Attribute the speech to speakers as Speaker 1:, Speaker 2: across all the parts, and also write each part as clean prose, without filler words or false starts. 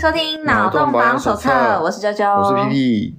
Speaker 1: 收听脑洞保养手册，我是啾啾，
Speaker 2: 我是 PP。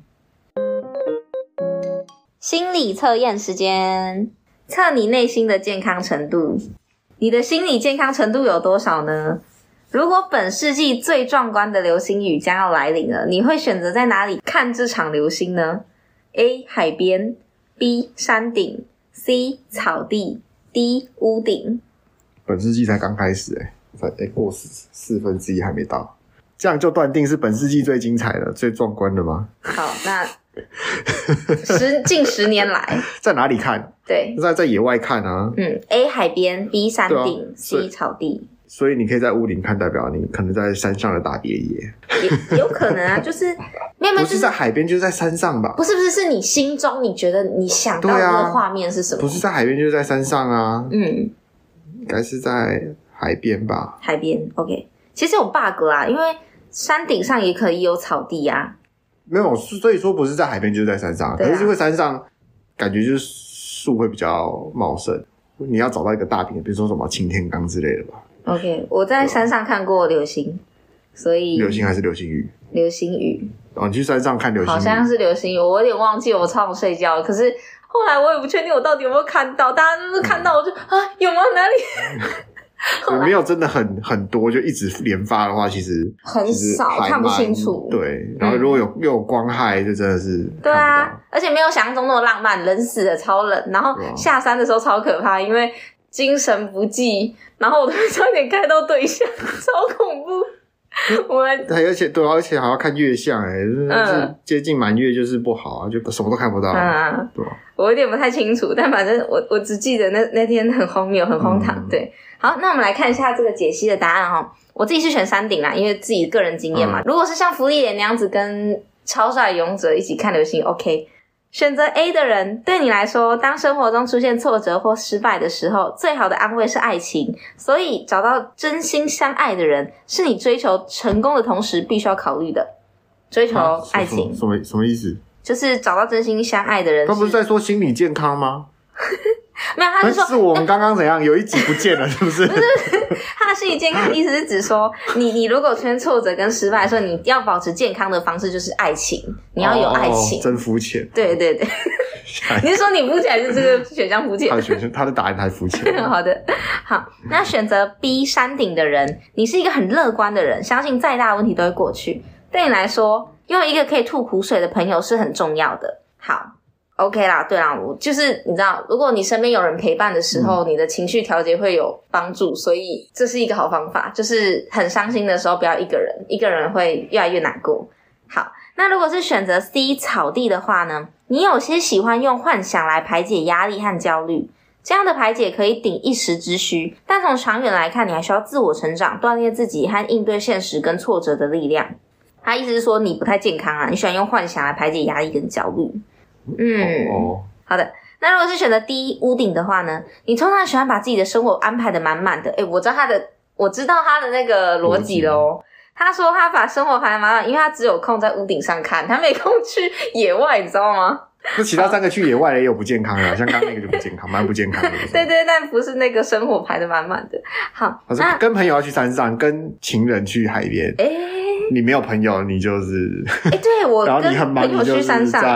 Speaker 1: 心理测验时间，测你内心的健康程度。你的心理健康程度有多少呢？如果本世纪最壮观的流星雨将要来临了，你会选择在哪里看这场流星呢？ A. 海边 B. 山顶 C. 草地 D. 屋顶。
Speaker 2: 本世纪才刚开始过四分之一还没到，这样就断定是本世纪最精彩的、最壮观的吗？
Speaker 1: 好，那近10年来
Speaker 2: 在哪里看？
Speaker 1: 对，
Speaker 2: 在野外看啊。
Speaker 1: A 海边 B 山顶、
Speaker 2: C
Speaker 1: 草地。
Speaker 2: 所以你可以在屋顶看，代表你可能在山上的大别野，
Speaker 1: 也有可能啊，就是没有，
Speaker 2: 不是在海边就是在山上吧？
Speaker 1: 不是，是你心中你觉得你想到的画面是什么？
Speaker 2: 不是在海边就是在山上啊。应该是在海边吧。海边
Speaker 1: OK。 其实有 bug 啦，因为山顶上也可以有草地啊。
Speaker 2: 没有，所以说不是在海边就是在山上，可是因为山上感觉就是树会比较茂盛，你要找到一个大坪，比如说什么擎天岗之类的吧。
Speaker 1: OK， 我在山上看过流星，所以
Speaker 2: 流星还是流星雨？流星雨。
Speaker 1: 哦，
Speaker 2: 你去山上看流星雨？
Speaker 1: 好像是流星雨，我有点忘记，我超想睡觉。可是后来我也不确定我到底有没有看到，大家就是看到我就有吗？哪里？
Speaker 2: 没有真的很多，就一直连发的话，其实
Speaker 1: 很少，看不清楚。
Speaker 2: 对，然后如果又有光害，就真的是
Speaker 1: 对啊，而且没有想象中那么浪漫，冷死了，超冷。然后下山的时候超可怕，因为精神不济，然后我都差点开到对象，超恐怖。而
Speaker 2: 且还要看月相就是接近满月就是不好啊，就什么都看不到。对，
Speaker 1: 我有点不太清楚，但反正我只记得那天很荒谬，很荒唐。对，好，那我们来看一下这个解析的答案齁。我自己是选山顶啦，因为自己个人经验嘛。如果是像芙莉莲那样子跟超帅勇者一起看流星 OK。选择 A 的人，对你来说，当生活中出现挫折或失败的时候，最好的安慰是爱情。所以找到真心相爱的人，是你追求成功的同时必须要考虑的。追求爱情。
Speaker 2: 什么意思？
Speaker 1: 就是找到真心相爱的人。
Speaker 2: 他不是在说心理健康吗？
Speaker 1: 没有，他是说
Speaker 2: 是我们刚刚怎样有一集不见了，是不是？
Speaker 1: 不是，他的心理健康的意思是指说，你如果出现挫折跟失败的时候，你要保持健康的方式就是爱情，你要有爱情。
Speaker 2: 真肤浅。
Speaker 1: 对。你是说你肤浅还是这个选项肤浅？
Speaker 2: 他的答案太肤浅。
Speaker 1: 好的，好，那选择 B 山顶的人，你是一个很乐观的人，相信再大的问题都会过去。对你来说，拥有一个可以吐苦水的朋友是很重要的。好。OK 啦，对啦，我就是你知道，如果你身边有人陪伴的时候，你的情绪调节会有帮助，所以这是一个好方法。就是很伤心的时候不要一个人会越来越难过。好，那如果是选择 C 草地的话呢，你有些喜欢用幻想来排解压力和焦虑，这样的排解可以顶一时之需，但从长远来看，你还需要自我成长，锻炼自己和应对现实跟挫折的力量。他意思是说你不太健康啊，你喜欢用幻想来排解压力跟焦虑。好的。那如果是选择 D 屋顶的话呢，你通常喜欢把自己的生活安排的满满的。我知道他的那个逻辑咯。他说他把生活排得满满，因为他只有空在屋顶上看，他没空去野外，你知道吗？
Speaker 2: 那其他3个去野外的也有不健康的，像刚刚那个就不健康，蛮不健康的。
Speaker 1: 对，但不是那个生活排得满满的。好，
Speaker 2: 那跟朋友要去山上，跟情人去海边。你没有朋友，你就是
Speaker 1: 对，我
Speaker 2: 然后你很忙，
Speaker 1: 跟朋友去山上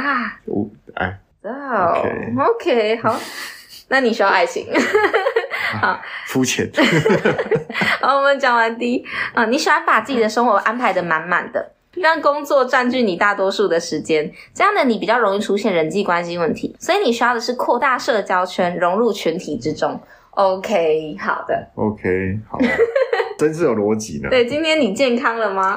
Speaker 1: OK 好，那你需要爱情。好，
Speaker 2: 肤浅。
Speaker 1: 好，我们讲完 D 你喜欢把自己的生活安排得满满的，让工作占据你大多数的时间，这样的你比较容易出现人际关系问题，所以你需要的是扩大社交圈，融入群体之中。OK 好的
Speaker 2: OK 好的。真是有逻辑呢。
Speaker 1: 对，今天你健康了吗？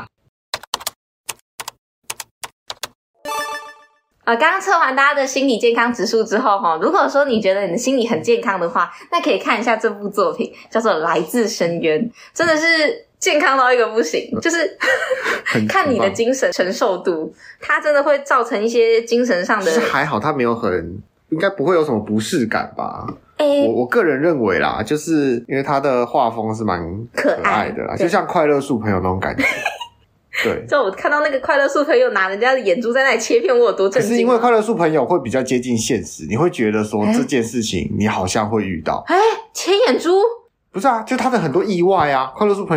Speaker 1: 刚刚测完大家的心理健康指数之后如果说你觉得你的心理很健康的话，那可以看一下这部作品，叫做《来自深渊》，真的是健康到一个不行，就是看你的精神承受度，它真的会造成一些精神上的。
Speaker 2: 就是还好它没有应该不会有什么不适感吧。我个人认为啦，就是因为它的画风是蛮可爱的啦，就像快乐树朋友那种感觉。对，
Speaker 1: 就我看到那个快乐树朋友拿人家的眼珠在那里切片，我有多震惊。
Speaker 2: 可是因为快乐树朋友会比较接近现实，你会觉得说这件事情你好像会遇到。
Speaker 1: 切眼珠？
Speaker 2: 不是啊，就他的很多意外啊，快乐树朋友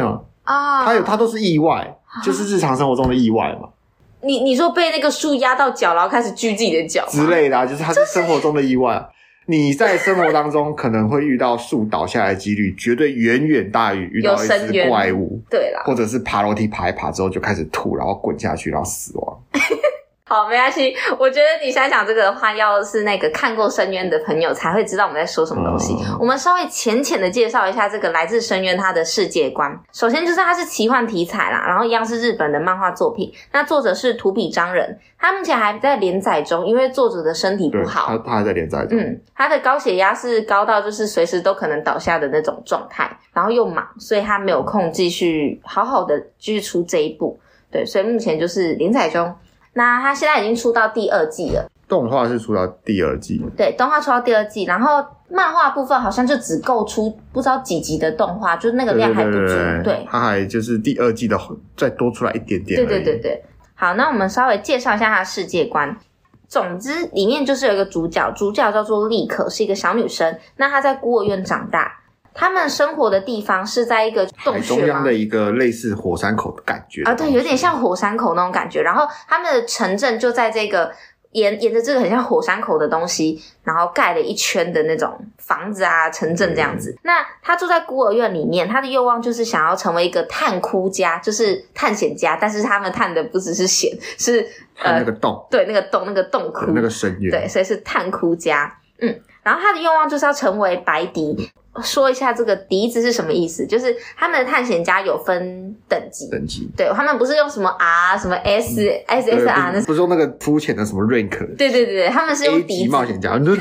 Speaker 1: 啊，
Speaker 2: 它都是意外，就是日常生活中的意外嘛。
Speaker 1: 你说被那个树压到脚，然后开始锯自己的脚
Speaker 2: 之类的啊，就是它是生活中的意外。你在生活当中可能会遇到树倒下来的几率，绝对远远大于遇到一只怪物，
Speaker 1: 对啦，
Speaker 2: 或者是爬楼梯爬一爬之后就开始吐，然后滚下去，然后死亡。
Speaker 1: 好，没关系。我觉得你现在讲这个的话，要是那个看过深渊的朋友才会知道我们在说什么东西。我们稍微浅浅的介绍一下这个来自深渊它的世界观。首先就是它是奇幻题材啦，然后一样是日本的漫画作品。那作者是土比章人，他目前还在连载中，因为作者的身体不好，
Speaker 2: 他还在连载中。
Speaker 1: 他的高血压是高到就是随时都可能倒下的那种状态，然后又忙，所以他没有空继续好好的继续出这一部。对，所以目前就是连载中。那他现在已经出到第2季了，
Speaker 2: 动画是出到第2季，
Speaker 1: 对，动画出到第2季，然后漫画部分好像就只够出不知道几集的动画，就是那个量还不足，对，
Speaker 2: 他还就是第2季的再多出来一点点，
Speaker 1: 对。好，那我们稍微介绍一下他的世界观。总之，里面就是有一个主角叫做丽可，是一个小女生，那她在孤儿院长大。他们生活的地方是在一个洞穴
Speaker 2: 中央的一个类似火山口的感觉
Speaker 1: 啊，对，有点像火山口那种感觉。然后他们的城镇就在这个沿着这个很像火山口的东西，然后盖了一圈的那种房子啊，城镇这样子。那他住在孤儿院里面，他的愿望就是想要成为一个探窟家，就是探险家，但是他们探的不只是险，是
Speaker 2: 那个洞，
Speaker 1: 对，那个洞窟，
Speaker 2: 那个深渊，
Speaker 1: 对，所以是探窟家。然后他的愿望就是要成为白笛。说一下这个笛子是什么意思，就是他们的探险家有分等级，对，他们不是用什么 R 什么 SSR，
Speaker 2: 不是用那个肤浅的什么 rank，
Speaker 1: 对，他们是用笛子
Speaker 2: A 级冒险家，no，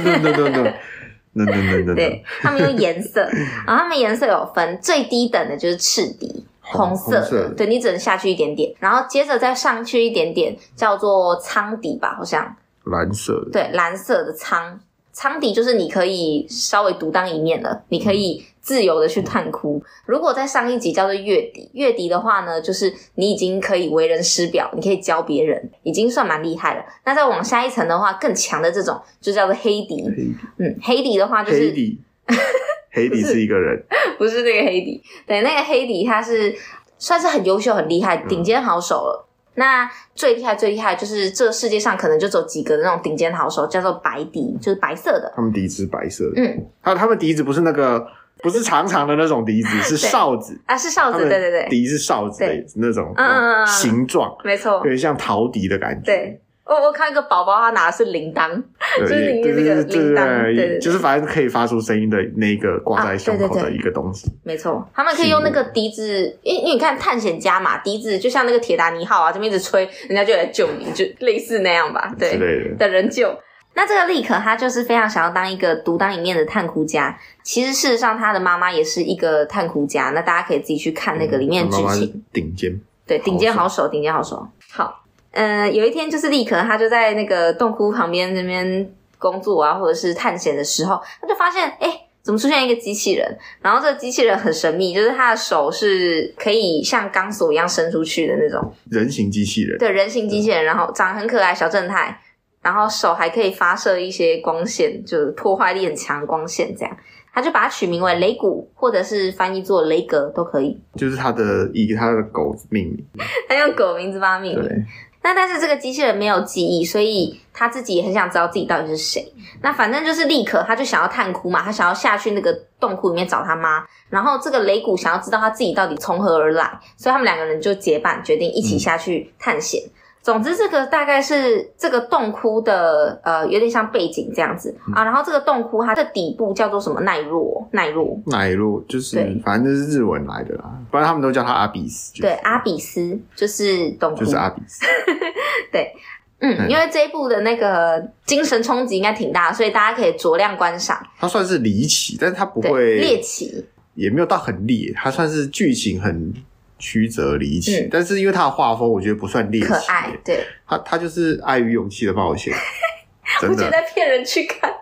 Speaker 1: 对，他们用颜色，然后他们颜色有分，最低等的就是赤笛，红色的，对，你只能下去一点点，然后接着再上去一点点叫做苍笛吧，好像
Speaker 2: 蓝色的，
Speaker 1: 对，蓝色的苍笛就是你可以稍微独当一面了，你可以自由的去探窟。如果再上一级叫做月笛，月笛的话呢，就是你已经可以为人师表，你可以教别人，已经算蛮厉害了。那再往下一层的话，更强的这种就叫做黑笛。黑笛的话就是
Speaker 2: 黑笛是一个人，
Speaker 1: 不是那个黑笛。对，那个黑笛他是算是很优秀、很厉害、顶尖好手了。那最厉害就是这个世界上可能就只有几个那种顶尖好手，叫做白笛，就是白色的。
Speaker 2: 他们笛子是白色的，他们笛子不是那个，不是长长的那种笛子，是哨子
Speaker 1: 啊，是哨子，对，
Speaker 2: 笛是哨子的那种形状，
Speaker 1: 没错，
Speaker 2: 有点像陶笛的感觉。
Speaker 1: 对，我看一个宝宝，他拿的是铃铛，就是里面那个铃铛，对，
Speaker 2: 就是反正可以发出声音的那个挂在胸口的一个东西。
Speaker 1: 没错，他们可以用那个笛子，因为你看探险家嘛，笛子就像那个铁达尼号啊，这边一直吹，人家就来救你，就类似那样吧，对，的人救。那这个丽可她就是非常想要当一个独当一面的探窟家，其实事实上她的妈妈也是一个探窟家，那大家可以自己去看那个里面的剧情。
Speaker 2: 顶尖，
Speaker 1: 对，顶尖好手。好。有一天就是丽可她就在那个洞窟旁边那边工作啊，或者是探险的时候，她就发现怎么出现一个机器人，然后这个机器人很神秘，就是他的手是可以像钢索一样伸出去的那种
Speaker 2: 人形机器人，
Speaker 1: 对，人形机器人，然后长得很可爱，小正太，然后手还可以发射一些光线，就是破坏力很强的光线这样。他就把它取名为雷古，或者是翻译作雷格都可以，
Speaker 2: 就是以他的狗命名，
Speaker 1: 他用狗名字帮他命名。但是这个机器人没有记忆，所以他自己也很想知道自己到底是谁。那反正就是丽可他就想要探窟嘛，他想要下去那个洞窟里面找他妈，然后这个雷古想要知道他自己到底从何而来，所以他们两个人就结伴决定一起下去探险。总之这个大概是这个洞窟的有点像背景这样子啊。然后这个洞窟它的底部叫做什么奈落
Speaker 2: 就是反正就是日文来的啦，不然他们都叫它阿比斯。
Speaker 1: 对，阿比斯就是洞窟，
Speaker 2: 就是阿比斯。
Speaker 1: 对，因为这一部的那个精神冲击应该挺大，所以大家可以酌量观赏。
Speaker 2: 它算是离奇，但是它不会
Speaker 1: 猎奇，
Speaker 2: 也没有到很猎，它算是剧情很曲折离奇，但是因为他的画风我觉得不算猎奇，
Speaker 1: 可爱，对，
Speaker 2: 他就是爱与勇气的冒险。
Speaker 1: 我觉得在骗人去看。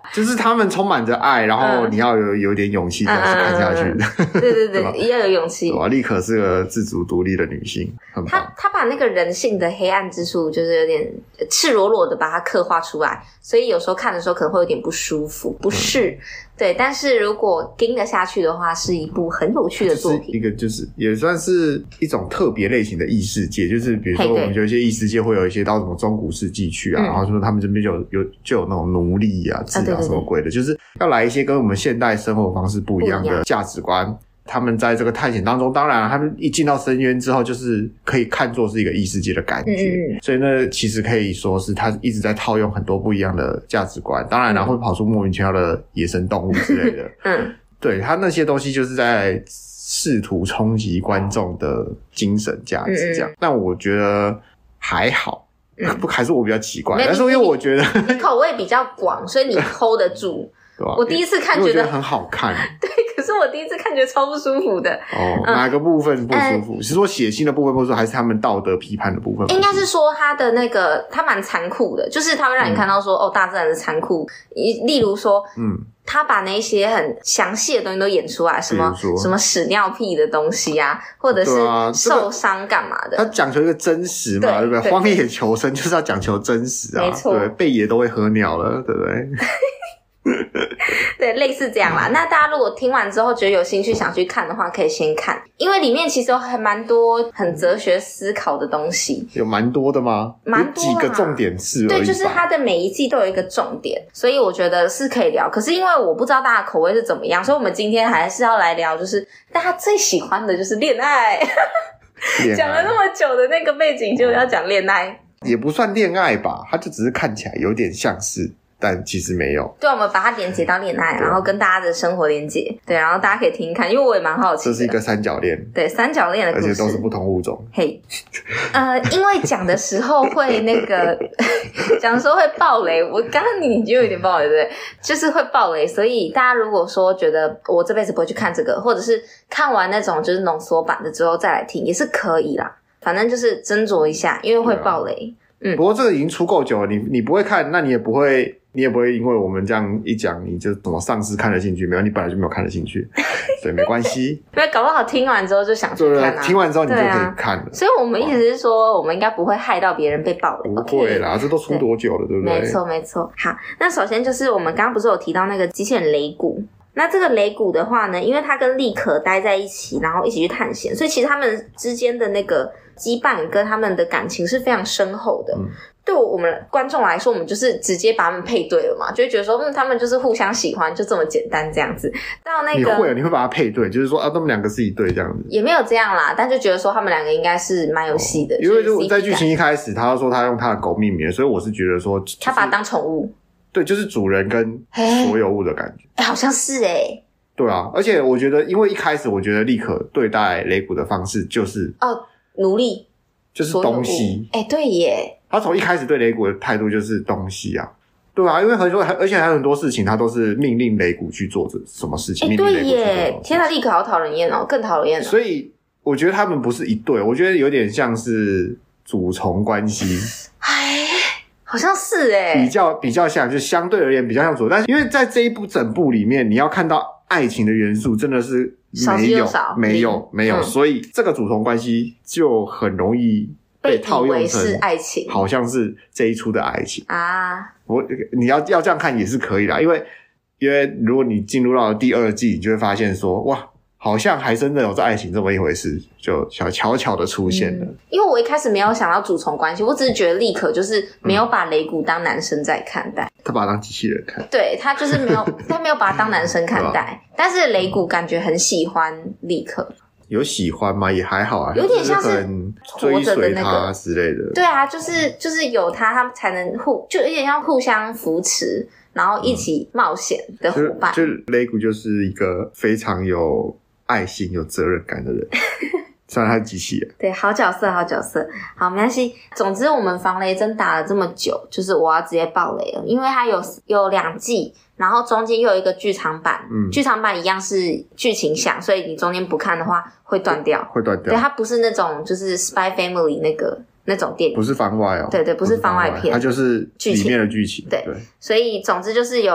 Speaker 2: 就是他们充满着爱，然后你要有点勇气这样子看下去。
Speaker 1: 对，要有勇气。
Speaker 2: 丽可是个自主独立的女性，很棒。
Speaker 1: 她把那个人性的黑暗之处，就是有点赤裸裸的把它刻画出来，所以有时候看的时候可能会有点不舒服、不适。对，但是如果盯得下去的话，是一部很有趣的作品。
Speaker 2: 一个就是也算是一种特别类型的异世界，就是比如说我们有一些异世界会有一些到什么中古世纪去啊，然后说他们这边就有那种奴隶啊、治啊什么鬼的，就是要来一些跟我们现代生活方式不一样的价值观。他们在这个探险当中，当然他们一进到深渊之后，就是可以看作是一个异世界的感觉，所以呢，其实可以说是他一直在套用很多不一样的价值观，当然会跑出莫名其妙的野生动物之类的。对，他那些东西就是在试图冲击观众的精神价值这样。但我觉得还好，还是我比较奇怪，但是因为我觉得
Speaker 1: 你口味比较广，所以你 hold 得住。
Speaker 2: 对吧？
Speaker 1: 我第一次看觉得
Speaker 2: 很好看。
Speaker 1: 对，可是我第一次看觉得超不舒服的。
Speaker 2: 哪个部分不舒服？是说血腥的部分不舒服，还是他们道德批判的部分？
Speaker 1: 应该是说他的那个他蛮残酷的，就是他会让你看到说大自然的残酷。例如说他把那些很详细的东西都演出来，什么屎尿屁的东西啊，或者是受伤干嘛的。
Speaker 2: 他讲求一个真实嘛，对不对？荒野求生就是要讲求真实啊，
Speaker 1: 没错，
Speaker 2: 对，贝爷都会喝尿了，对不对？
Speaker 1: 对，类似这样啦。那大家如果听完之后觉得有兴趣想去看的话，可以先看，因为里面其实有还蛮多很哲学思考的东西。
Speaker 2: 有蛮多的吗？
Speaker 1: 蛮多的，
Speaker 2: 有几个重点是而已吧。
Speaker 1: 对，就是它的每一季都有一个重点，所以我觉得是可以聊。可是因为我不知道大家口味是怎么样，所以我们今天还是要来聊，就是大家最喜欢的就是恋爱。讲了那么久的那个背景，就要讲恋爱，
Speaker 2: 也不算恋爱吧，它就只是看起来有点像是。但其实没有。
Speaker 1: 对，我们把它连接到恋爱，然后跟大家的生活连接。对，然后大家可以听看，因为我也蛮好奇的。
Speaker 2: 这是一个三角恋。
Speaker 1: 对，三角恋的故事，
Speaker 2: 而且都是不同物种。
Speaker 1: 嘿，因为讲的时候会那个，讲的时候会爆雷。我刚刚你就有点爆雷，对不对？就是会爆雷，所以大家如果说觉得我这辈子不会去看这个，或者是看完那种就是浓缩版的之后再来听，也是可以啦。反正就是斟酌一下，因为会爆雷。
Speaker 2: 不过这个已经出够久了，你不会看，那你也不会因为我们这样一讲，你就怎么丧失看的兴趣？没有，你本来就没有看的兴趣，所以没关系。
Speaker 1: 因为搞不好听完之后就想去看啊。
Speaker 2: 听完之后你就可以看了。
Speaker 1: 所以我们意思是说，我们应该不会害到别人被爆雷。
Speaker 2: 不会啦，这都出多久了，对不对？
Speaker 1: 没错。好，那首先就是我们刚刚不是有提到那个机器人雷谷。那这个雷谷的话呢，因为他跟丽可待在一起，然后一起去探险，所以其实他们之间的那个羁绊跟他们的感情是非常深厚的。对我们观众来说，我们就是直接把他们配对了嘛，就会觉得说他们就是互相喜欢，就这么简单这样子。到那个
Speaker 2: 你会把他配对，就是说他们两个是一对这样子。
Speaker 1: 也没有这样啦，但就觉得说他们两个应该是蛮有戏的。
Speaker 2: 因为就在剧情一开始他说他用他的狗命名，所以我是觉得说
Speaker 1: 他把它当宠物。
Speaker 2: 对，就是主人跟所有物的感觉。
Speaker 1: 好像是
Speaker 2: 对啊，而且我觉得，因为一开始我觉得丽可对待雷谷的方式就是
Speaker 1: 奴隶，
Speaker 2: 就是东西。
Speaker 1: 对耶，
Speaker 2: 他从一开始对雷谷的态度就是东西啊，对啊，因为而且还有很多事情他都是命令雷谷去做什么事情。
Speaker 1: 对耶，天哪，丽可好讨人厌哦，更讨人厌了。
Speaker 2: 所以我觉得他们不是一对，我觉得有点像是主从关系。
Speaker 1: 好像是
Speaker 2: 比较像，就相对而言比较像主，但是因为在这一部整部里面，你要看到爱情的元素真的是没有，所以这个主从关系就很容易被套用成
Speaker 1: 爱情，
Speaker 2: 好像是这一出的爱情
Speaker 1: 啊。
Speaker 2: 你要这样看也是可以啦，因为如果你进入到第二季，你就会发现说哇。好像还真的有这爱情这么一回事，就悄悄的出现了。
Speaker 1: 因为我一开始没有想到主从关系，我只是觉得丽可就是没有把雷谷当男生在看待，
Speaker 2: 他把他当机器人看。
Speaker 1: 对，他就是没有，他没有把他当男生看待。但是雷谷感觉很喜欢丽可，
Speaker 2: 有喜欢吗？也还好啊，
Speaker 1: 有点像是
Speaker 2: 追随他之类的。
Speaker 1: 对啊，就是有他们才能就有点像互相扶持，然后一起冒险的伙伴。
Speaker 2: 就雷谷就是一个非常有爱心有责任感的人，虽然他是机器人。
Speaker 1: 对，好角色。好，没关系。总之我们防雷针打了这么久，就是我要直接爆雷了，因为它有2季，然后中间又有一个剧场版。剧场版一样是剧情响，所以你中间不看的话会断掉。对，它不是那种就是 Spy Family 那种电影，
Speaker 2: 不是番外哦。
Speaker 1: 对，不是番外片，
Speaker 2: 它就是里面的剧情。
Speaker 1: 对，所以总之就是有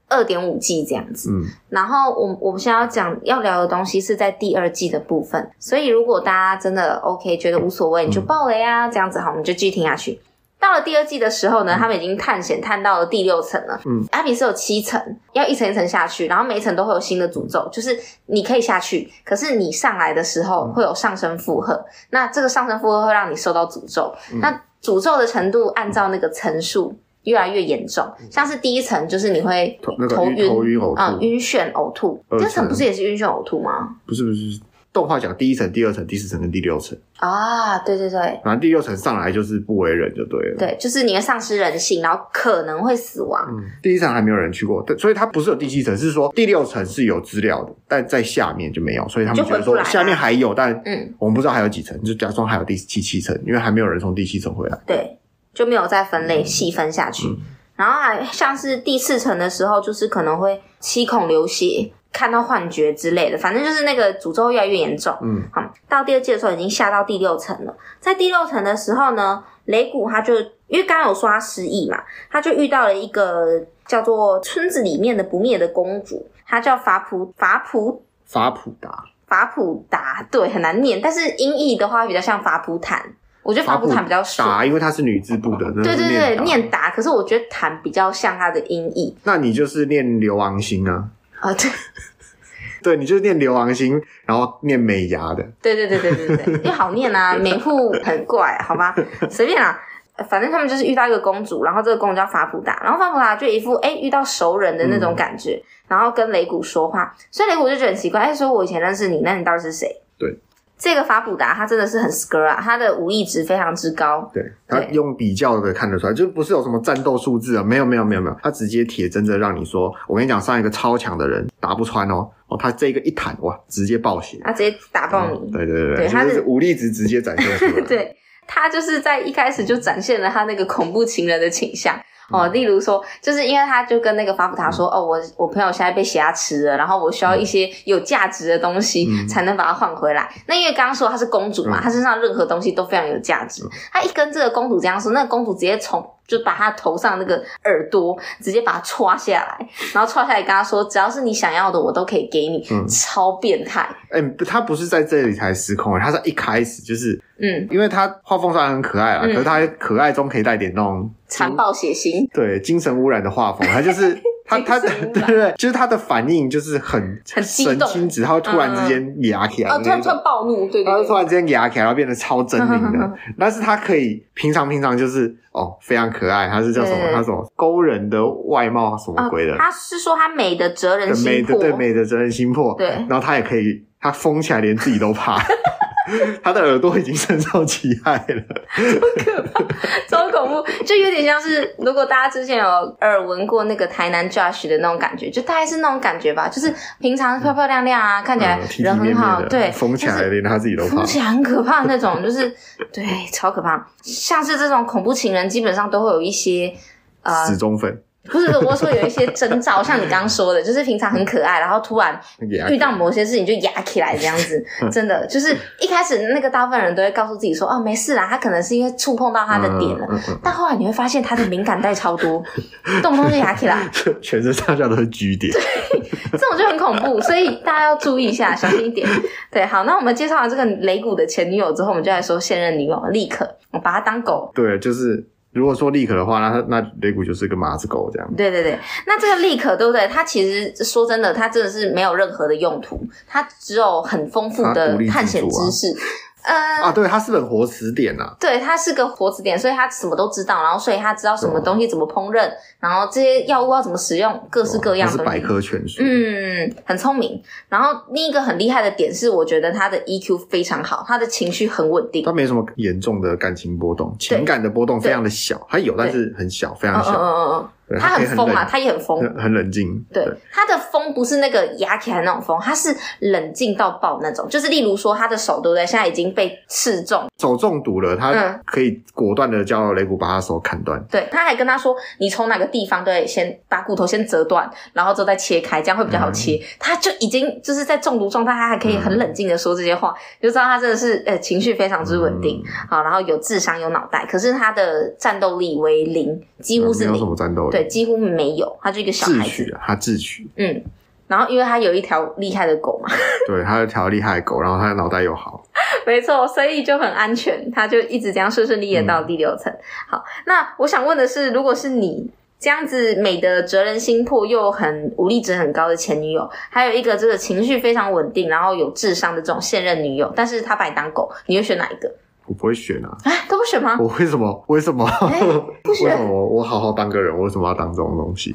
Speaker 1: 2.5季这样子。然后我们现在要聊的东西是在第2季的部分，所以如果大家真的 OK 觉得无所谓，你就爆雷啊，这样子好，我们就继续听下去。到了第2季的时候呢，他们已经探险探到了第6层了。阿比斯有7层，要一层一层下去，然后每一层都会有新的诅咒，就是你可以下去，可是你上来的时候会有上升负荷，那这个上升负荷会让你受到诅咒。那诅咒的程度按照那个层数越来越严重，像是第1层就是你会头晕呕吐，晕眩呕吐。第2层不是也是晕眩呕吐吗？
Speaker 2: 不是，动画讲第1层、第2层、第4层跟第6层
Speaker 1: 啊，对，
Speaker 2: 反正第6层上来就是不为人就对了，
Speaker 1: 对，就是你会丧失人性，然后可能会死亡。
Speaker 2: 第1层还没有人去过，所以它不是有第7层，是说第6层是有资料的，但在下面就没有，所以他们觉得说下面还有，但我们不知道还有几层，就假装还有第7层，因为还没有人从第7层回来，
Speaker 1: 对，就没有再分类细分下去。然后还像是第4层的时候，就是可能会七孔流血，看到幻觉之类的，反正就是那个诅咒越来越严重。好，到第2季的时候已经下到第6层了。在第6层的时候呢，雷古他就因为刚刚有说他失忆嘛，他就遇到了一个叫做村子里面的不灭的公主，她叫法普达，对，很难念，但是音译的话比较像法普坦。我觉得法普坦比较顺，
Speaker 2: 因为它是女字部的，
Speaker 1: 对，念达，可是我觉得坦比较像它的音译。
Speaker 2: 那你就是念流昂星啊？
Speaker 1: 对，
Speaker 2: 对，你就是念流昂星，然后念美牙的。
Speaker 1: 对，因为好念啊，美户很怪，好吧，随便啦。反正他们就是遇到一个公主，然后这个公主叫法普达，然后法普达就一副遇到熟人的那种感觉，然后跟雷古说话，所以雷古就觉得很奇怪，说我以前认识你，那你到底是谁？
Speaker 2: 对。
Speaker 1: 这个法普达他真的是很 skr 啊，他的武力值非常之高。
Speaker 2: 对，他用比较的看得出来，就不是有什么战斗数字啊，没有，他直接铁真的让你说，我跟你讲，上一个超强的人打不穿哦，他这个一弹哇，直接爆血，
Speaker 1: 他直接打爆你。
Speaker 2: 对，他是武力值直接展现出来。
Speaker 1: 对，他就是在一开始就展现了他那个恐怖情人的倾向。例如说，就是因为他就跟那个法普塔说，我朋友现在被挟持了，然后我需要一些有价值的东西才能把它换回来。那因为刚刚说她是公主嘛，她身上任何东西都非常有价值。他一跟这个公主这样说，那个公主直接就把她头上那个耳朵直接把它戳下来，然后戳下来跟她说，只要是你想要的我都可以给你。超变态。他不是在这里才失控，他在一开始就是因为他画风虽然很可爱啦，可是他可爱中可以带点那种残暴血腥，
Speaker 2: 对，精神污染的画风，他就是他对，就是他的反应就是很神经质，他会突然之間牙起来，突然
Speaker 1: 暴怒，对，
Speaker 2: 他会突然之间牙起来，然后变得超狰狞的。但是他可以平常就是非常可爱，他是叫什么？他什么勾人的外貌什么鬼的？
Speaker 1: 他是说他美的哲人心魄，
Speaker 2: 对，美的哲人心魄。对，然后他也可以，他疯起来连自己都怕。他的耳朵已经深受其害了，
Speaker 1: 超可怕，超恐怖，就有点像是如果大家之前有耳闻过那个台南 Josh 的那种感觉，就大概是那种感觉吧，就是平常漂漂亮亮啊，看起来人很好，对，
Speaker 2: 疯起来连他自己都怕，
Speaker 1: 疯起来很可怕那种，就是对，超可怕。像是这种恐怖情人，基本上都会有一些
Speaker 2: 死忠粉。
Speaker 1: 不是，我说有一些征兆，像你刚刚说的，就是平常很可爱，然后突然遇到某些事情就压起来这样子，真的就是一开始那个大部分人都会告诉自己说，没事啦，他可能是因为触碰到他的点了，但后来你会发现他的敏感带超多，动不动就压起来，
Speaker 2: 全身上下都是G点，
Speaker 1: 对，这种就很恐怖，所以大家要注意一下，小心一点。对，好，那我们介绍完这个雷古的前女友之后，我们就来说现任女友莉可，我把她当狗，
Speaker 2: 对，就是如果说莉可的话，那雷古就是个马子狗这样。
Speaker 1: 对，那这个莉可对不对？它其实说真的，它真的是没有任何的用途，它只有很丰富的探险知识。
Speaker 2: 对，他是本活词典啊。
Speaker 1: 对，他是个活词典，所以他什么都知道，然后所以他知道什么东西怎么烹饪，然后这些药物要怎么使用，各式各样的东西。
Speaker 2: 他是百科全书。
Speaker 1: 很聪明。然后另一个很厉害的点是，我觉得他的 EQ 非常好，他的情绪很稳定，
Speaker 2: 他没什么严重的感情波动，情感的波动非常的小，他有但是很小，非常小。
Speaker 1: 他很疯啊，他也很疯，
Speaker 2: 很冷静。
Speaker 1: 对，他的疯不是那个压起来那种疯，他是冷静到爆那种。就是例如说，他的手对不对？现在已经被刺中，
Speaker 2: 手中毒了，他可以果断的叫雷古把他手砍断。
Speaker 1: 对，他还跟他说，你从哪个地方对，先把骨头先折断，然后之后再切开，这样会比较好切。他就已经就是在中毒状态，他还可以很冷静的说这些话，就知道他真的是情绪非常之稳定。好，然后有智商有脑袋，可是他的战斗力为0，几乎是0，
Speaker 2: 没有什么战斗力。
Speaker 1: 对，几乎没有，他就一个小孩子，
Speaker 2: 他智取，
Speaker 1: 然后因为他有一条厉害的狗嘛，
Speaker 2: 对，他有一条厉害的狗，然后他的脑袋又好，
Speaker 1: 没错，所以就很安全，他就一直这样顺顺利利到第6层。好，那我想问的是，如果是你这样子美的责任心迫又很武力值很高的前女友，还有一个这个情绪非常稳定然后有智商的这种现任女友，但是他把你当狗，你会选哪一个？
Speaker 2: 我不会选啊，
Speaker 1: 都不选吗？
Speaker 2: 我为什么
Speaker 1: 不选？
Speaker 2: 为什么我好好当个人，我为什么要当这种东西？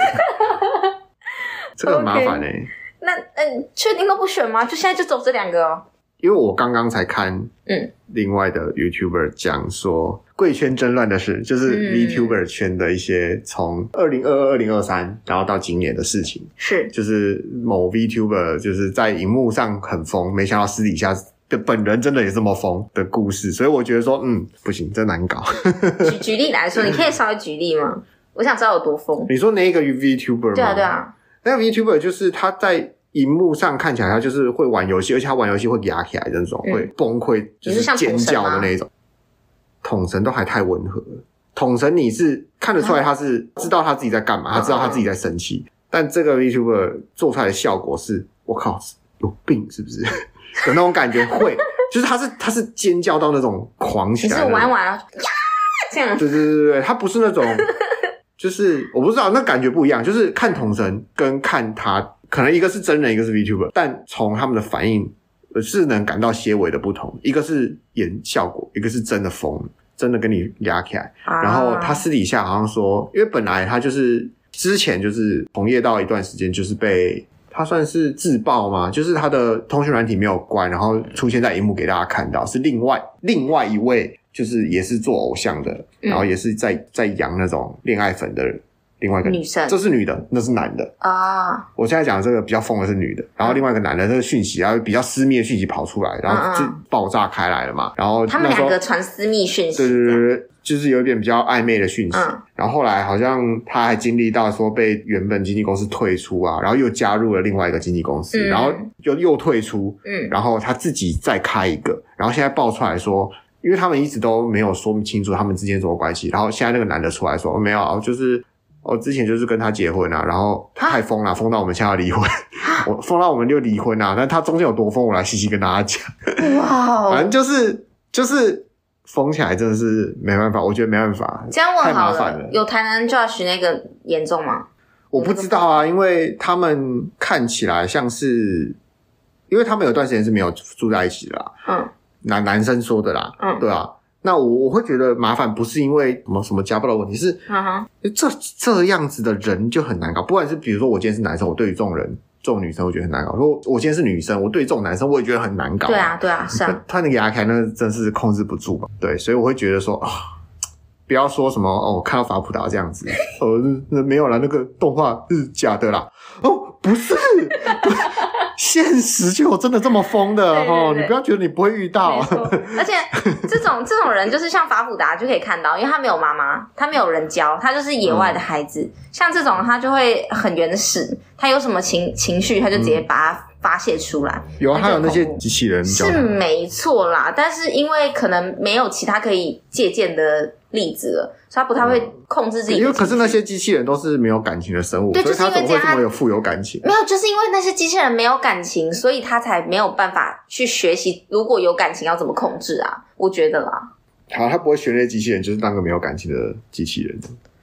Speaker 2: 这个很麻烦欸。
Speaker 1: Okay. 那确定都不选吗？就现在就走这2个哦。
Speaker 2: 因为我刚刚才看另外的 YouTuber 讲说贵圈真乱的事，就是 VTuber 圈的一些从2022、2023然后到今年的事情，是就是某 VTuber 就是在荧幕上很疯，没想到私底下的本人真的也这么疯的故事，所以我觉得说不行，这难搞。
Speaker 1: 举例来说，你可以稍微举例吗？我想知道有多疯。
Speaker 2: 你说那个 VTuber 吗？
Speaker 1: 对啊对啊，
Speaker 2: 那个 VTuber 就是他在荧幕上看起来他就是会玩游戏，而且他玩游戏会压起来的那种，会崩溃，就是尖叫的那种。统神都还太温和了，统神你是看得出来他是知道他自己在干嘛，他知道他自己在生气，但这个 VTuber 做出来的效果是，我靠，有病是不是？的那种感觉会，就是他是尖叫到那种狂起来，
Speaker 1: 你是玩完了呀这样，
Speaker 2: 对，他不是那种，就是我不知道那感觉不一样，就是看统神跟看他。可能一个是真人，一个是 VTuber， 但从他们的反应是能感到些微的不同。一个是演效果，一个是真的疯，真的跟你压起来。然后他私底下好像说，因为本来他就是之前就是从业到一段时间，就是被他算是自爆嘛，就是他的通讯软体没有关，然后出现在荧幕给大家看到，是另外一位，就是也是做偶像的，然后也是在养那种恋爱粉的人。另外一个
Speaker 1: 女生，
Speaker 2: 这是女的，那是男的啊。我现在讲的这个比较疯的是女的，然后另外一个男的，这个讯息，然后比较私密的讯息跑出来，然后就爆炸开来了嘛。然后
Speaker 1: 他们2个传私密讯息，
Speaker 2: 对，就是有点比较暧昧的讯息。然后后来好像他还经历到说被原本经纪公司退出啊，然后又加入了另外一个经纪公司，然后又退出，然后他自己再开一个，然后现在爆出来说。因为他们一直都没有说明清楚他们之间什么关系，然后现在那个男的出来说没有，就是之前就是跟他结婚啊，然后他太疯了，疯到我们现在要离婚，疯到我们就离婚啊，但他中间有多疯，我来细细跟大家讲。哇，反正就是疯起来真的是没办法，我觉得没办法，
Speaker 1: 这样问好了，
Speaker 2: 太麻烦了。
Speaker 1: 有台南 Josh 那个严重吗？
Speaker 2: 我不知道啊，因为他们看起来像是，因为他们有段时间是没有住在一起的啦，男生说的啦，对啊。那我会觉得麻烦，不是因为什么家暴的问题，是这样子的人就很难搞。不管是比如说我今天是男生，我对于这种女生我觉得很难搞；如果我今天是女生，我对于这种男生我也觉得很难搞。
Speaker 1: 对啊，是啊。
Speaker 2: 他那个牙开那真是控制不住嘛。对，所以我会觉得说不要说什么看到法普达这样子，没有啦，那个动画是假的啦。不是。现实就有真的这么疯的对，你不要觉得你不会遇到。
Speaker 1: 而且这种人就是像法普达就可以看到，因为他没有妈妈，他没有人教，他就是野外的孩子。像这种他就会很原始，他有什么情绪他就直接把它发泄出来。
Speaker 2: 有他有那些机器人教他
Speaker 1: 是没错啦，但是因为可能没有其他可以借鉴的例子了，所以他不太会控制自己的情绪。
Speaker 2: 因为可是那些机器人都是没有感情的生物，
Speaker 1: 对，
Speaker 2: 所以他怎么会这么
Speaker 1: 富
Speaker 2: 有感情？
Speaker 1: 没有，就是因为那些机器人没有感情，所以他才没有办法去学习如果有感情要怎么控制啊，我觉得啦。
Speaker 2: 好，他不会学那些机器人，就是当个没有感情的机器人。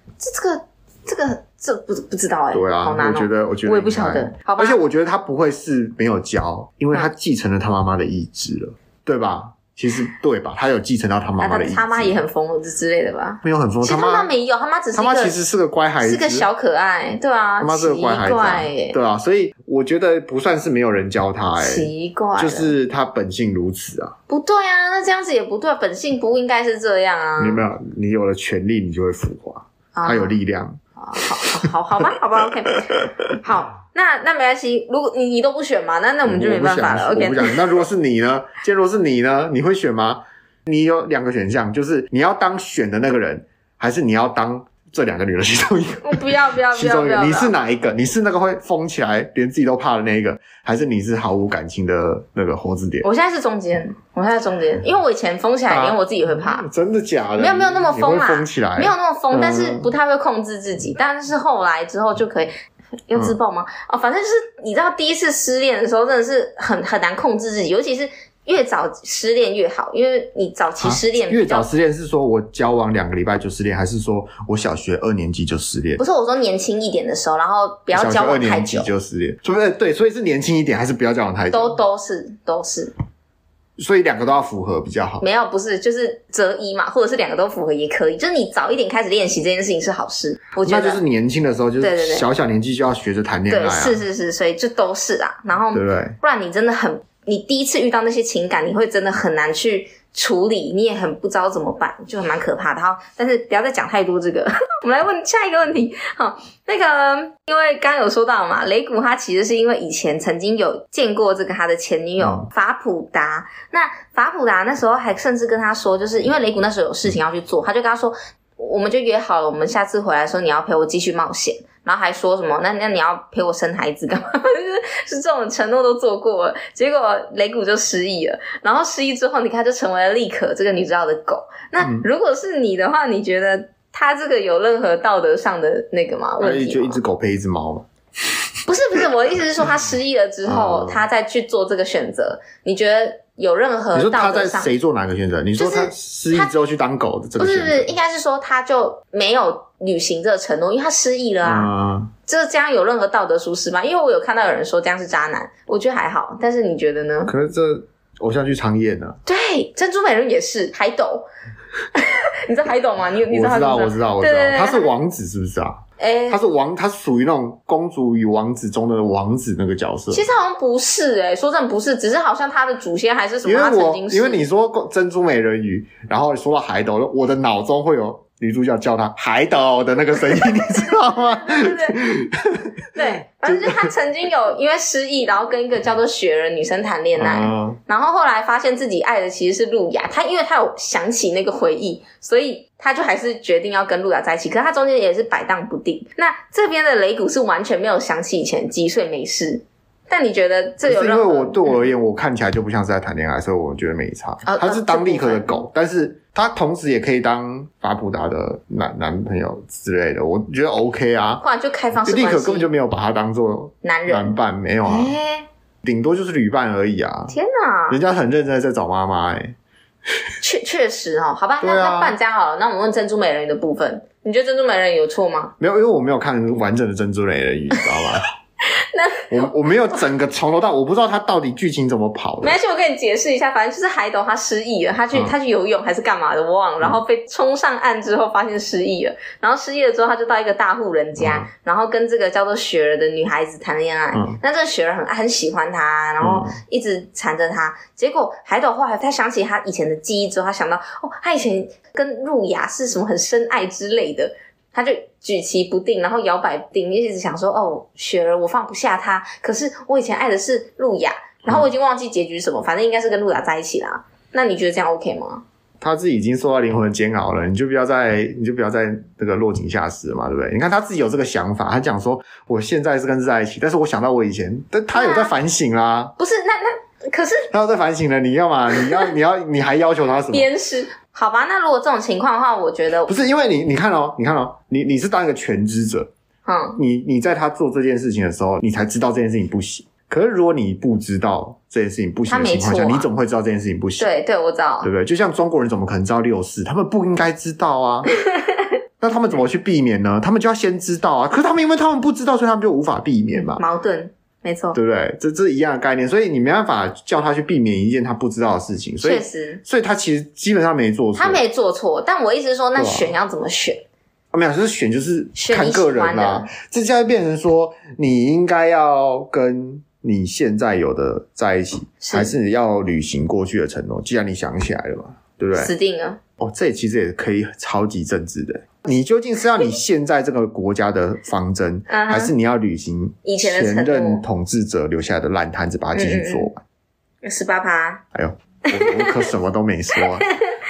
Speaker 1: 这不知道
Speaker 2: 对啊，
Speaker 1: 好难
Speaker 2: 我觉得
Speaker 1: 我也不晓得，好吧。
Speaker 2: 而且我觉得他不会是没有教，因为他继承了他妈妈的意志了，对吧？其实对吧？他有继承到他妈妈的意志，
Speaker 1: 他妈也很疯之类的吧？
Speaker 2: 没有很疯，
Speaker 1: 其实他妈没有，他妈只是他
Speaker 2: 妈其实是个乖孩子，
Speaker 1: 是个小可爱，对啊，
Speaker 2: 他妈是个乖孩子，对啊，所以我觉得不算是没有人教他，
Speaker 1: 奇怪，
Speaker 2: 就是他本性如此啊，
Speaker 1: 不对啊，那这样子也不对，本性不应该是这样啊，
Speaker 2: 你有没有？你有了权力，你就会腐化，他有力量。
Speaker 1: 好吧 ，OK， 好，那没关系。如果你都不选嘛，那我们就没办法了。OK，
Speaker 2: 我不想。那如果是你呢？如果是你呢？你会选吗？你有2个选项，就是你要当选的那个人，还是你要当这2个女人其中一个。
Speaker 1: 我不要，
Speaker 2: 你是哪一个？你是那个会疯起来连自己都怕的那一个，还是你是毫无感情的那个猴子脸？
Speaker 1: 我现在是中间，因为我以前疯起来连我自己也会怕。
Speaker 2: 真的假的？
Speaker 1: 没有那么疯啦，
Speaker 2: 疯起来
Speaker 1: 没有那么疯，但是不太会控制自己。但是后来之后就可以。要自爆吗？反正就是你知道，第一次失恋的时候真的是很难控制自己，尤其是越早失恋越好，因为你早期失恋
Speaker 2: 越早失恋是说我交往2个礼拜就失恋，还是说我小学2年级就失恋？
Speaker 1: 不是，我说年轻一点的时候，然后不要交往太久。小学2年级
Speaker 2: 就失恋，对，所以是年轻一点，还是不要交往太久？
Speaker 1: 都是。
Speaker 2: 所以2个都要符合比较好。
Speaker 1: 没有，不是，就是择一嘛，或者是2个都符合也可以。就是你早一点开始练习这件事情是好事，我觉得。
Speaker 2: 那就是年轻的时候，就是小年纪就要学着谈恋爱啊。
Speaker 1: 对，是，所以这都是啊。然后，
Speaker 2: 对不对？
Speaker 1: 不然你真的你第一次遇到那些情感，你会真的很难去处理，你也很不知道怎么办，就很蛮可怕的。好，但是不要再讲太多这个，我们来问下一个问题。好，那个因为刚刚有说到嘛，雷谷他其实是因为以前曾经有见过这个他的前女友法普达，那法普达那时候还甚至跟他说，就是因为雷谷那时候有事情要去做，他就跟他说，我们就约好了，我们下次回来的时候你要陪我继续冒险。然后还说什么那你要陪我生孩子干嘛？就是这种承诺都做过了，结果雷谷就失忆了。然后失忆之后，你看就成为了丽可这个女主角的狗。那如果是你的话，你觉得他这个有任何道德上的那个吗？问题吗？
Speaker 2: 就一只狗配一只猫吗？
Speaker 1: 不是，我的意思是说，他失忆了之后，他再去做这个选择，你觉得有任何道德上？
Speaker 2: 你说他在谁做哪个选择？你说他失忆之后去当狗的这个选择？
Speaker 1: 不是，应该是说他就没有履行这个承诺，因为他失忆了啊。这样有任何道德疏失吗？因为我有看到有人说这样是渣男，我觉得还好，但是你觉得呢？
Speaker 2: 可是这偶像剧常演啊。
Speaker 1: 对，珍珠美人也是海斗。你知道海斗吗？你知道他是
Speaker 2: 我知道，他是王子是不是啊？他是属于那种公主与王子中的王子那个角色。
Speaker 1: 其实好像不是说真的不是，只是好像他的祖先还是什么，他曾经是。
Speaker 2: 因为你说珍珠美人鱼，然后说到海斗，我的脑中会有女主角叫他海斗的那个声音，你知道吗？
Speaker 1: 对，反正就是他曾经有因为失忆，然后跟一个叫做雪人女生谈恋爱，然后后来发现自己爱的其实是路亚，因为他有想起那个回忆，所以他就还是决定要跟路亚在一起，可是他中间也是摆荡不定。那这边的雷谷是完全没有想起以前击碎没事。但你觉得这有任何？
Speaker 2: 因为对我而言，我看起来就不像是在谈恋爱，所以我觉得没差。他是当立刻的狗，但是他同时也可以当法普达的男朋友之类的，我觉得 OK 啊。
Speaker 1: 不然就开放式关系，
Speaker 2: 立刻根本就没有把他当做男伴，没有啊，顶多就是旅伴而已啊。
Speaker 1: 天哪，
Speaker 2: 人家很认真在找妈妈
Speaker 1: 确实好吧，那不然这样好了，那我们问珍珠美人鱼的部分，你觉得珍珠美人鱼有错吗？
Speaker 2: 没有，因为我没有看完整的珍珠美人鱼，你知道吗？我没有整个从头到我不知道他到底剧情怎么跑的。
Speaker 1: 没关系，我跟你解释一下，反正就是海斗他失忆了，他去游泳还是干嘛的我忘了，然后被冲上岸之后发现失忆了，然后失忆了之后他就到一个大户人家，然后跟这个叫做雪儿的女孩子谈恋爱。那这个雪儿很喜欢他，然后一直缠着他。结果海斗后来他想起他以前的记忆之后，他想到他以前跟路亚是什么很深爱之类的。他就举棋不定，然后摇摆不定，一直想说雪儿我放不下他，可是我以前爱的是路亚，然后我已经忘记结局什么，反正应该是跟路亚在一起啦。那你觉得这样 OK 吗？
Speaker 2: 他自己已经受到灵魂的煎熬了，你就不要再那个落井下石了嘛，对不对？你看他自己有这个想法，他讲说我现在是跟这在一起，但是我想到我以前，但他有在反省啦。
Speaker 1: 不是，那可是
Speaker 2: 他有在反省了，你要嘛？你还要求他什么？
Speaker 1: 鞭尸。好吧，那如果这种情况的话，我觉得
Speaker 2: 不是，因为你看你是当一个全知者，你在他做这件事情的时候，你才知道这件事情不行。可是如果你不知道这件事情不行的情况下，你怎么会知道这件事情不行？
Speaker 1: 对，我知道，
Speaker 2: 对不对？就像中国人怎么可能知道64？他们不应该知道啊。那他们怎么去避免呢？他们就要先知道啊。可是因为他们不知道，所以他们就无法避免嘛。
Speaker 1: 矛盾。没错，
Speaker 2: 对不对？这是一样的概念，所以你没办法叫他去避免一件他不知道的事情。
Speaker 1: 确实，
Speaker 2: 所以他其实基本上没做错。
Speaker 1: 他没做错，但我意思是说，那选要怎么选？
Speaker 2: 没有，就是选就是看个人啦。这就会变成说，你应该要跟你现在有的在一起，还是你要履行过去的承诺？既然你想起来了嘛，对不对？
Speaker 1: 死定了。
Speaker 2: 这其实也可以超级政治的。你究竟是要你现在这个国家的方针，还是你要履行前任统治者留下来的烂摊子，把它继续做完？
Speaker 1: 18%。
Speaker 2: 哎呦，我可什么都没说。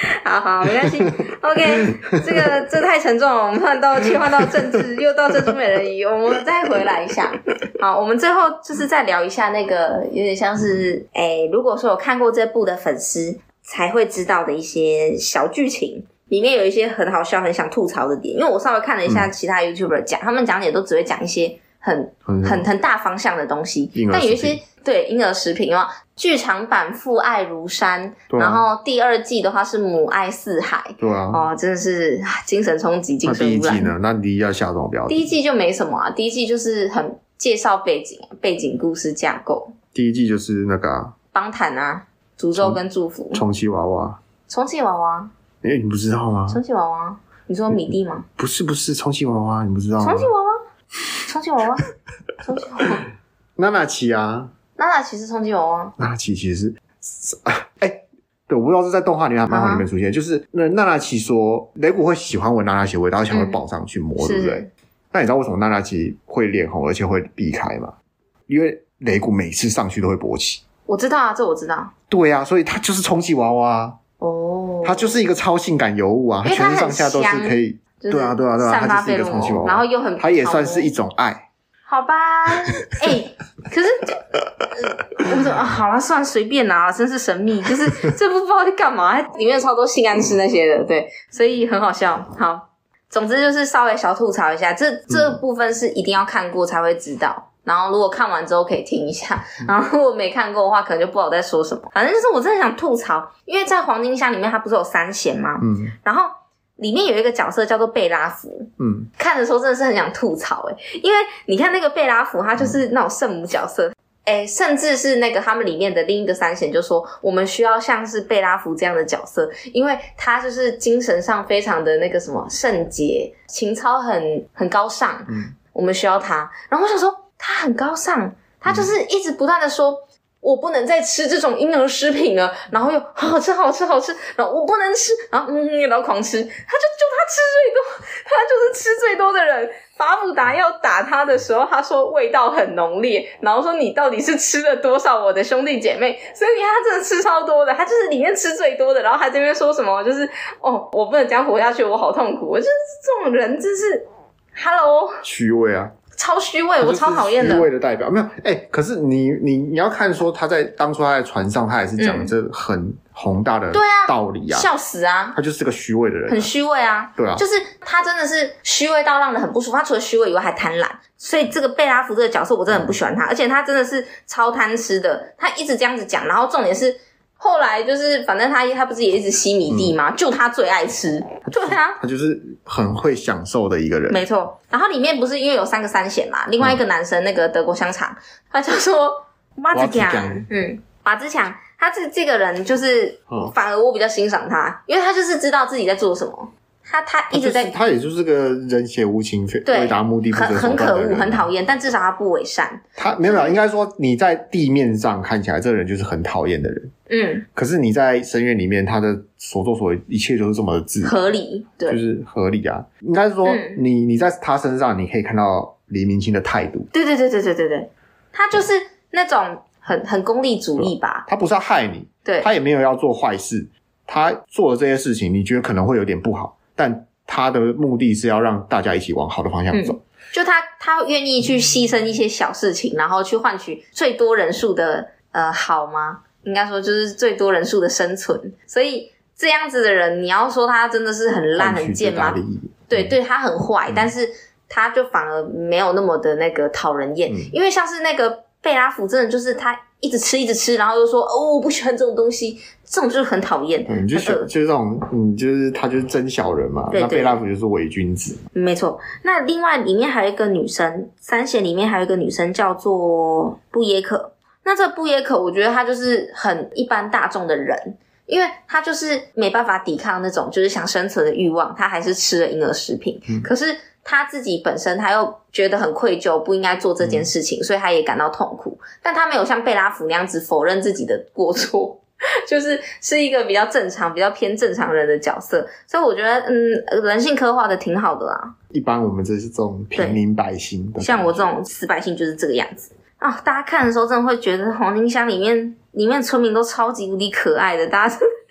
Speaker 1: 好，没关系。OK， 这太沉重了，我们切换到政治，又到珍珠美人鱼，我们再回来一下。好，我们最后就是再聊一下那个有点像是，如果说有看过这部的粉丝才会知道的一些小剧情，里面有一些很好笑、很想吐槽的点。因为我稍微看了一下其他 YouTuber 讲，他们讲解都只会讲一些很大方向的东西，但有一些对婴儿食品嘛，剧场版父爱如山，然后第2季的话是母爱似海，
Speaker 2: 对啊，
Speaker 1: 真的是精神冲击、精神污染。
Speaker 2: 那第1季呢？那第1季要下什么标题？
Speaker 1: 第1季就没什么啊，第1季就是很介绍背景故事架构。
Speaker 2: 第1季就是那个
Speaker 1: 邦坦啊，诅咒跟祝福，
Speaker 2: 充气娃娃，
Speaker 1: 你
Speaker 2: 不知道吗？
Speaker 1: 充气娃娃，你说米蒂吗？
Speaker 2: 不是充气娃娃，你不知道吗？
Speaker 1: 充气娃娃，
Speaker 2: 娜娜奇啊，
Speaker 1: 娜娜奇是充气娃娃，
Speaker 2: 娜娜奇其实是对，我不知道是在动画里面、漫画里面出现，就是那娜娜奇说雷古会喜欢闻娜娜奇的味道，而且会抱上去摸，对不对？那你知道为什么娜娜奇会脸红，而且会避开吗？因为雷古每次上去都会勃起。
Speaker 1: 我知道啊，这我知道。
Speaker 2: 对啊，所以他就是充气娃娃他就是一个超性感尤物啊，他全身上下都是可以。对啊，
Speaker 1: 散发
Speaker 2: 他就是一个充气娃娃，
Speaker 1: 然后又很，
Speaker 2: 他也算是一种爱。
Speaker 1: 好吧，可是我说好啦，算随便啦，真是神秘。就是这部不知道在干嘛，里面有超多性暗示那些的，对，所以很好笑。好，总之就是稍微小吐槽一下，这部分是一定要看过才会知道。然后如果看完之后可以听一下，然后如果没看过的话，可能就不知道我在说什么。反正就是我真的想吐槽，因为在黄金乡里面它不是有3弦吗？然后里面有一个角色叫做贝拉弗，看的时候真的是很想吐槽因为你看那个贝拉弗，他就是那种圣母角色，甚至是那个他们里面的另一个3弦就说，我们需要像是贝拉弗这样的角色，因为他就是精神上非常的那个什么圣洁，情操很高尚，我们需要他。然后我想说，他很高尚，他就是一直不断的说，我不能再吃这种婴儿食品了，然后又好吃，然后我不能吃，然后狂吃，他吃最多，他就是吃最多的人。巴布达要打他的时候，他说味道很浓烈，然后说你到底是吃了多少我的兄弟姐妹？所以你看他真的吃超多的，他就是里面吃最多的，然后还这边说什么就是我不能这样活下去，我好痛苦。我就是这种人，真是 Hello
Speaker 2: 虚伪啊。
Speaker 1: 超虚伪，我超讨厌的。
Speaker 2: 虚伪的代表没有可是你要看说当初他在船上，他也是讲这很宏大的道理啊，
Speaker 1: 笑死啊！
Speaker 2: 他就是个虚伪的人，
Speaker 1: 很虚伪啊，
Speaker 2: 对啊，
Speaker 1: 就是他真的是虚伪到让人很不舒服。他除了虚伪以外还贪婪，所以这个贝拉弗这个角色我真的很不喜欢他，而且他真的是超贪吃的，他一直这样子讲，然后重点是。后来就是反正他不是也一直吸米蒂吗？就他最爱吃，对啊，
Speaker 2: 他就是很会享受的一个人，
Speaker 1: 没错。然后里面不是因为有3个3弦嘛，另外一个男生那个德国香肠，他就说马子强，马子强，他这个人就是反而我比较欣赏他，因为他就是知道自己在做什么。他一直在，
Speaker 2: 他也就是个人血无情、为达目的不择手段的人，
Speaker 1: 很可恶，很讨厌，但至少他不伪善。
Speaker 2: 他没有，应该说你在地面上看起来这个人就是很讨厌的人，可是你在深渊里面，他的所作所为一切都是这么的自然
Speaker 1: 合理，对，
Speaker 2: 就是合理啊。应该是说你在他身上，你可以看到黎明清的态度，
Speaker 1: 对，他就是那种很功利主义吧，
Speaker 2: 他不是要害你，对，他也没有要做坏事，他做的这些事情，你觉得可能会有点不好。但他的目的是要让大家一起往好的方向走，
Speaker 1: 就他愿意去牺牲一些小事情，然后去换取最多人数的好吗？应该说就是最多人数的生存。所以这样子的人，你要说他真的是很烂很贱吗？对，他很坏，但是他就反而没有那么的那个讨人厌，因为像是那个贝拉弗，真的就是他一直吃，然后又说我不喜欢这种东西。这种就是很讨厌，
Speaker 2: 就是这种，就是他就是真小人嘛。那贝拉弗就是伪君子，
Speaker 1: 没错。那另外里面还有一个女生，3弦里面还有一个女生叫做布耶可。那这布耶可，我觉得她就是很一般大众的人，因为她就是没办法抵抗那种就是想生存的欲望，她还是吃了婴儿食品。可是她自己本身她又觉得很愧疚，不应该做这件事情，所以她也感到痛苦。但她没有像贝拉弗那样子否认自己的过错。是一个比较正常、比较偏正常人的角色，所以我觉得，人性刻画的挺好的啦。
Speaker 2: 一般我们这是这种平民百姓的，
Speaker 1: 像我这种死百姓就是这个样子啊。大家看的时候真的会觉得黄金乡里面村民都超级无敌可爱的，大家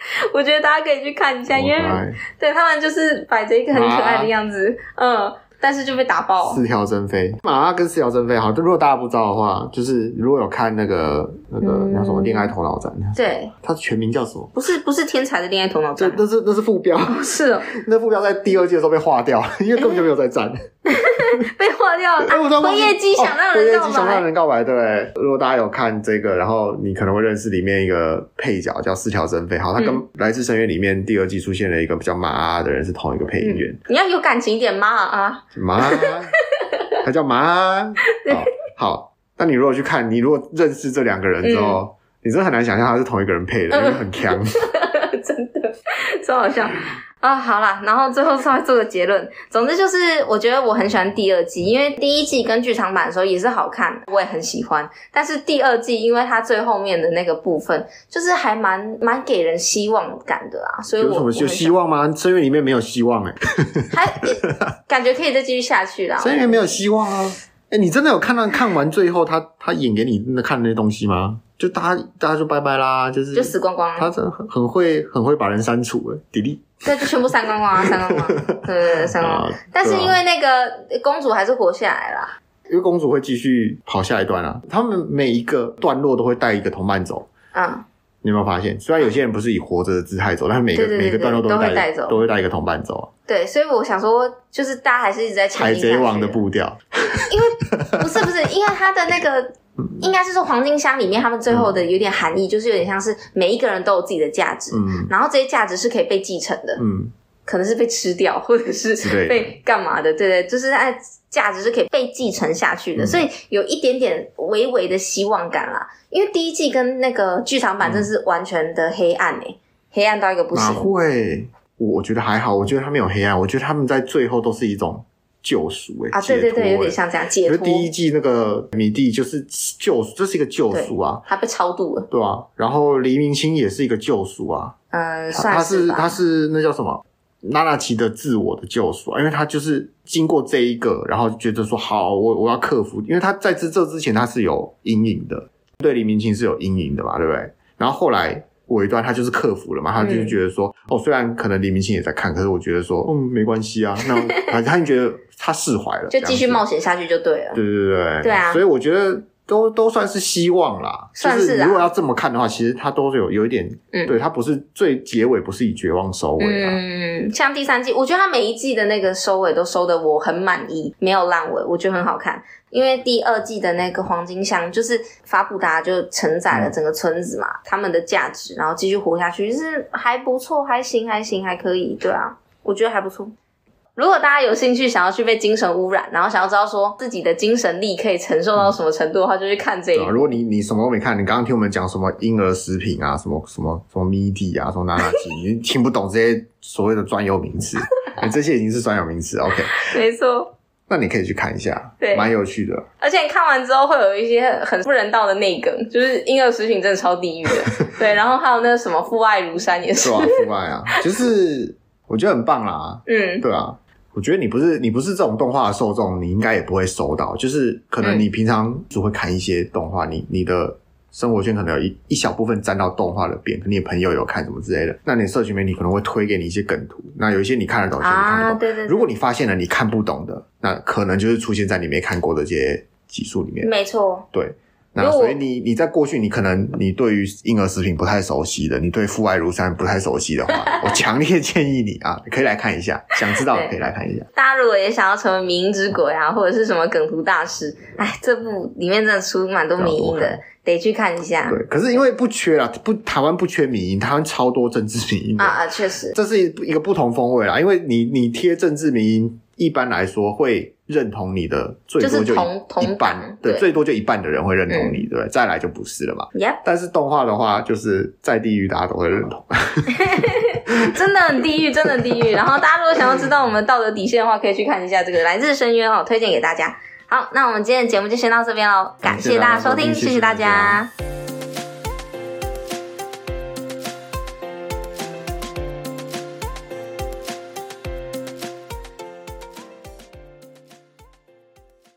Speaker 1: 我觉得大家可以去看一下，因为对他们就是摆着一个很可爱的样子，但是就被打爆。
Speaker 2: 四条真飞，马拉跟四条真飞，好，如果大家不知道的话，就是如果有看那个叫什么恋爱头脑战，
Speaker 1: 对，
Speaker 2: 它全名叫什么？
Speaker 1: 不是天才的恋爱头脑战，
Speaker 2: 那是副标，
Speaker 1: 是哦，
Speaker 2: 那副标在第2季的时候被划掉，因为根本就没有在战。
Speaker 1: 被划掉了。辉夜姬想让人告白，辉夜姬
Speaker 2: 想让人告白，对。如果大家有看这个，然后你可能会认识里面一个配角叫四条真飞，好，他跟《来自深渊》里面第2季出现了一个比较马啊的人是同一个配音员。
Speaker 1: 你要有感情一点，马啊，
Speaker 2: 他叫马。好，那你如果去看，你如果认识这2个人之后，你真的很难想象他是同一个人配的，因为很强。
Speaker 1: 真的超好笑啊！好啦，然后最后稍微做个结论。总之就是，我觉得我很喜欢第2季，因为第1季跟剧场版的时候也是好看，我也很喜欢。但是第2季，因为它最后面的那个部分，就是还蛮给人希望感的啦，所以
Speaker 2: 有什么有希望吗？深渊里面没有希望
Speaker 1: 还感觉可以再继续下去啦。
Speaker 2: 深渊没有希望啊！你真的有看完最后他演给你真的看那些东西吗？就大家就拜拜啦，就
Speaker 1: 死光光了。
Speaker 2: 他真的很会把人删除了 delete。
Speaker 1: 对，就全部删光光啊，删光光。对，删光光。但是因为那个公主还是活下来啦。
Speaker 2: 因为公主会继续跑下一段啊，他们每一个段落都会带一个同伴走。你有没有发现？虽然有些人不是以活着的姿态走，但每个段落都会带走，都会带一个同伴走。
Speaker 1: 对，所以我想说，就是大家还是一直在前进下去。
Speaker 2: 海贼王的步调。
Speaker 1: 因为不是，因为他的那个。应该是说黄金箱里面他们最后的有点含义，就是有点像是每一个人都有自己的价值，然后这些价值是可以被继承的，可能是被吃掉或者是被干嘛的，对，就是它价值是可以被继承下去的，所以有一点点微微的希望感啦。因为第1季跟那个剧场版真是完全的黑暗黑暗到一个不行。
Speaker 2: 哪会？我觉得还好，我觉得他没有黑暗，我觉得他们在最后都是一种救赎
Speaker 1: 对，有点像这样解脱。
Speaker 2: 第1季那个米蒂就是救赎，这是一个救赎啊，
Speaker 1: 他被超度了，
Speaker 2: 对啊。然后黎明清也是一个救赎啊，
Speaker 1: 算是吧。
Speaker 2: 他是那叫什么？娜娜奇的自我的救赎啊，因为他就是经过这一个，然后觉得说好，我要克服，因为他在这之前他是有阴影的，对黎明清是有阴影的嘛，对不对？然后后来。尾端他就是克服了嘛，他就是觉得说，虽然可能黎明清也在看，可是我觉得说，没关系啊，那他就觉得他释怀了，
Speaker 1: 就继续冒险下去就对了。
Speaker 2: 对啊，所以我觉得都算是希望啦，
Speaker 1: 算是
Speaker 2: 就是如果要这么看的话，其实它都有一点，对，它不是最结尾不是以绝望收尾啊。
Speaker 1: 像第3季，我觉得它每一季的那个收尾都收得我很满意，没有烂尾，我觉得很好看。因为第2季的那个黄金箱就是法布达就承载了整个村子嘛，他们的价值，然后继续活下去，就是还不错，还行，还可以，对啊，我觉得还不错。如果大家有兴趣想要去被精神污染，然后想要知道说自己的精神力可以承受到什么程度的话，就去看这一部。
Speaker 2: 如果你什么都没看，你刚刚听我们讲什么婴儿食品啊，什么咪蒂啊，什么娜娜基，你听不懂这些所谓的专有名词，这些已经是专有名词 ，OK？
Speaker 1: 没错。
Speaker 2: 那你可以去看一下，
Speaker 1: 对，
Speaker 2: 蛮有趣的。
Speaker 1: 而且你看完之后会有一些很不人道的内梗，就是婴儿食品真的超地狱的。对，然后还有那个什么父爱如山也是。
Speaker 2: 对啊，父爱啊，就是我觉得很棒啦。对啊，我觉得你不是这种动画的受众，你应该也不会收到。就是可能你平常只会看一些动画，你的生活圈可能有一小部分沾到动画的边，可能你的朋友有看什么之类的，那你社群媒体可能会推给你一些梗图，那有一些你看得懂，有些你看不懂。
Speaker 1: 对。
Speaker 2: 如果你发现了你看不懂的，那可能就是出现在你没看过的这些集数里面。
Speaker 1: 没错。
Speaker 2: 对。那所以你在过去你可能你对于婴儿食品不太熟悉的，你对父爱如山不太熟悉的话，我强烈建议你啊，可以来看一下，想知道可以来看一下。
Speaker 1: 大家如果也想要成为迷因之鬼啊，或者是什么梗图大师，这部里面真的出蛮多迷因的，得去看一下。
Speaker 2: 对，可是因为不缺啦，台湾不缺迷因，台湾超多政治迷因的
Speaker 1: 确实，
Speaker 2: 这是一个不同风味啦，因为你贴政治迷因，一般来说会认同你的最多就一半，对，最多就一半的人会认同你，对不对？再来就不是了嘛。但是动画的话，就是在地狱大家都会认同。
Speaker 1: 真的很地狱，真的很地狱。然后大家如果想要知道我们道德底线的话，可以去看一下这个《来自深渊》推荐给大家。好，那我们今天的节目就先到这边咯，感谢大家收听，谢谢大家。